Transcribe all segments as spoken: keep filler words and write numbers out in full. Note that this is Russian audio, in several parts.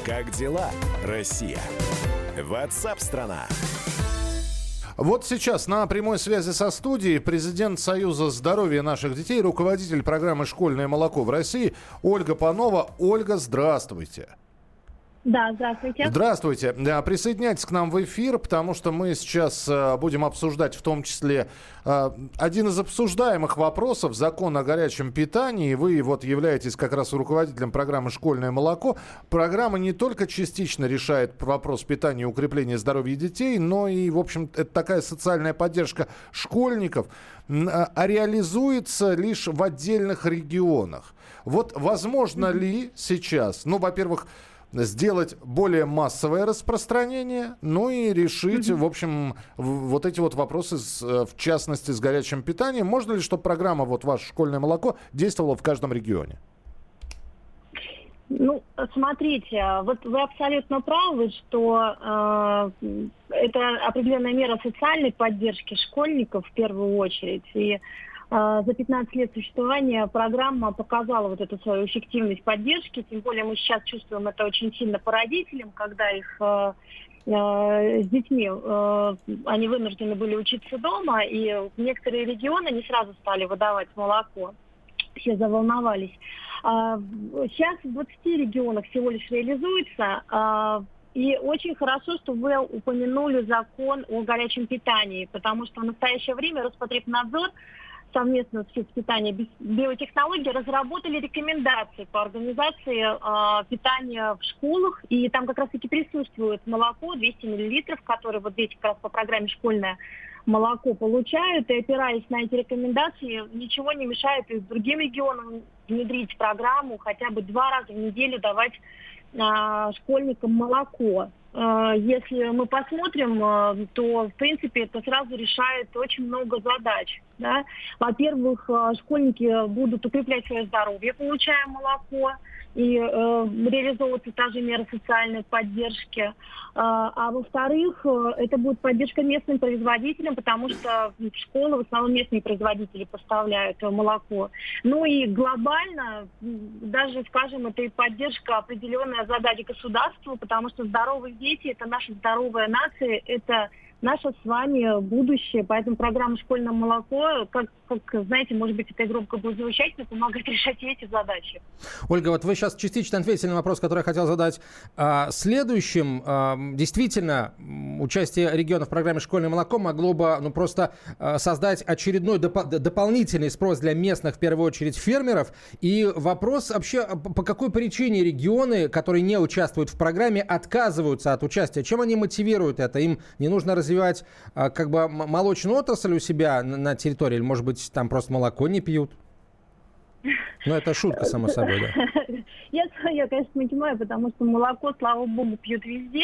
Как дела, Россия? Ватсап-страна! Вот сейчас на прямой связи со студией президент Союза здоровья наших детей, руководитель программы «Школьное молоко» в России Ольга Панова. Ольга, здравствуйте. Да, здравствуйте. Здравствуйте. Присоединяйтесь к нам в эфир, потому что мы сейчас будем обсуждать в том числе один из обсуждаемых вопросов — закон о горячем питании. Вы вот являетесь как раз руководителем программы «Школьное молоко». Программа не только частично решает вопрос питания и укрепления здоровья детей, но и, в общем, это такая социальная поддержка школьников, а реализуется лишь в отдельных регионах. Вот возможно mm-hmm. ли сейчас, ну, во-первых, сделать более массовое распространение, ну и решить, mm-hmm. в общем, вот эти вот вопросы, с, в частности, с горячим питанием. Можно ли, чтобы программа, вот ваше «Школьное молоко», действовала в каждом регионе? Ну, смотрите, вот вы абсолютно правы, что э, это определенная мера социальной поддержки школьников в первую очередь. И за пятнадцать лет существования программа показала вот эту свою эффективность поддержки, тем более мы сейчас чувствуем это очень сильно по родителям, когда их э, э, с детьми, э, они вынуждены были учиться дома, и некоторые регионы не сразу стали выдавать молоко, все заволновались. А сейчас в двадцати регионах всего лишь реализуется, а, и очень хорошо, что вы упомянули закон о горячем питании, потому что в настоящее время Роспотребнадзор совместно с физпитанием биотехнологии разработали рекомендации по организации э, питания в школах. И там как раз-таки присутствует молоко двести миллилитров, которые вот дети как раз по программе «Школьное молоко» получают. И опираясь на эти рекомендации, ничего не мешает и другим регионам внедрить программу, хотя бы два раза в неделю давать э, школьникам молоко. Если мы посмотрим, то, в принципе, это сразу решает очень много задач. Да? Во-первых, школьники будут укреплять свое здоровье, получая молоко, и э, реализовываться та же мера социальной поддержки. А, а во-вторых, это будет поддержка местным производителям, потому что в школы в основном местные производители поставляют молоко. Ну и глобально, даже, скажем, это и поддержка определенная задач государства, потому что здоровые дети – это наша здоровая нация, это наше с вами будущее. Поэтому программа «Школьное молоко», как, как, знаете, может быть, это громко будет звучать, но помогает решать эти задачи. Ольга, вот вы сейчас частично ответили на вопрос, который я хотел задать. Следующим, действительно, участие региона в программе «Школьное молоко» могло бы ну, просто создать очередной доп- дополнительный спрос для местных, в первую очередь, фермеров. И вопрос вообще, по какой причине регионы, которые не участвуют в программе, отказываются от участия? Чем они мотивируют это? Им не нужно развивать развивать как бы молочную отрасль у себя на территории, или, может быть, там просто молоко не пьют? Ну, это шутка, само собой, да. Я, я, конечно, понимаю, потому что молоко, слава богу, пьют везде.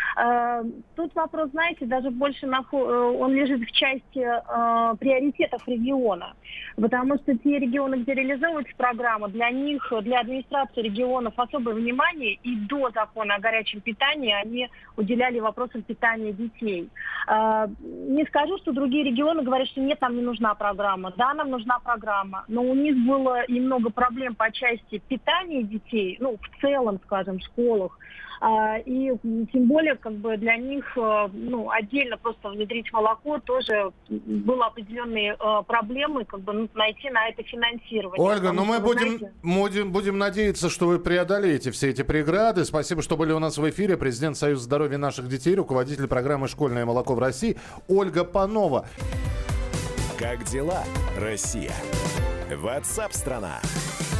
Тут вопрос, знаете, даже больше он лежит в части приоритетов региона. Потому что те регионы, где реализовывается программа, для них, для администрации регионов особое внимание, и до закона о горячем питании они уделяли вопросам питания детей. Не скажу, что другие регионы говорят, что нет, нам не нужна программа. Да, нам нужна программа, но у них было и много проблем по части питания детей, ну, в целом, скажем, в школах. И тем более, как бы для них, ну, отдельно просто внедрить молоко тоже было определенные проблемы, как бы найти на это финансирование. Ольга, ну мы будем, знаете... будем, будем надеяться, что вы преодолеете все эти преграды. Спасибо, что были у нас в эфире. Президент Союза здоровья наших детей, руководитель программы «Школьное молоко» в России Ольга Панова. Как дела, Россия? Ватсап-страна!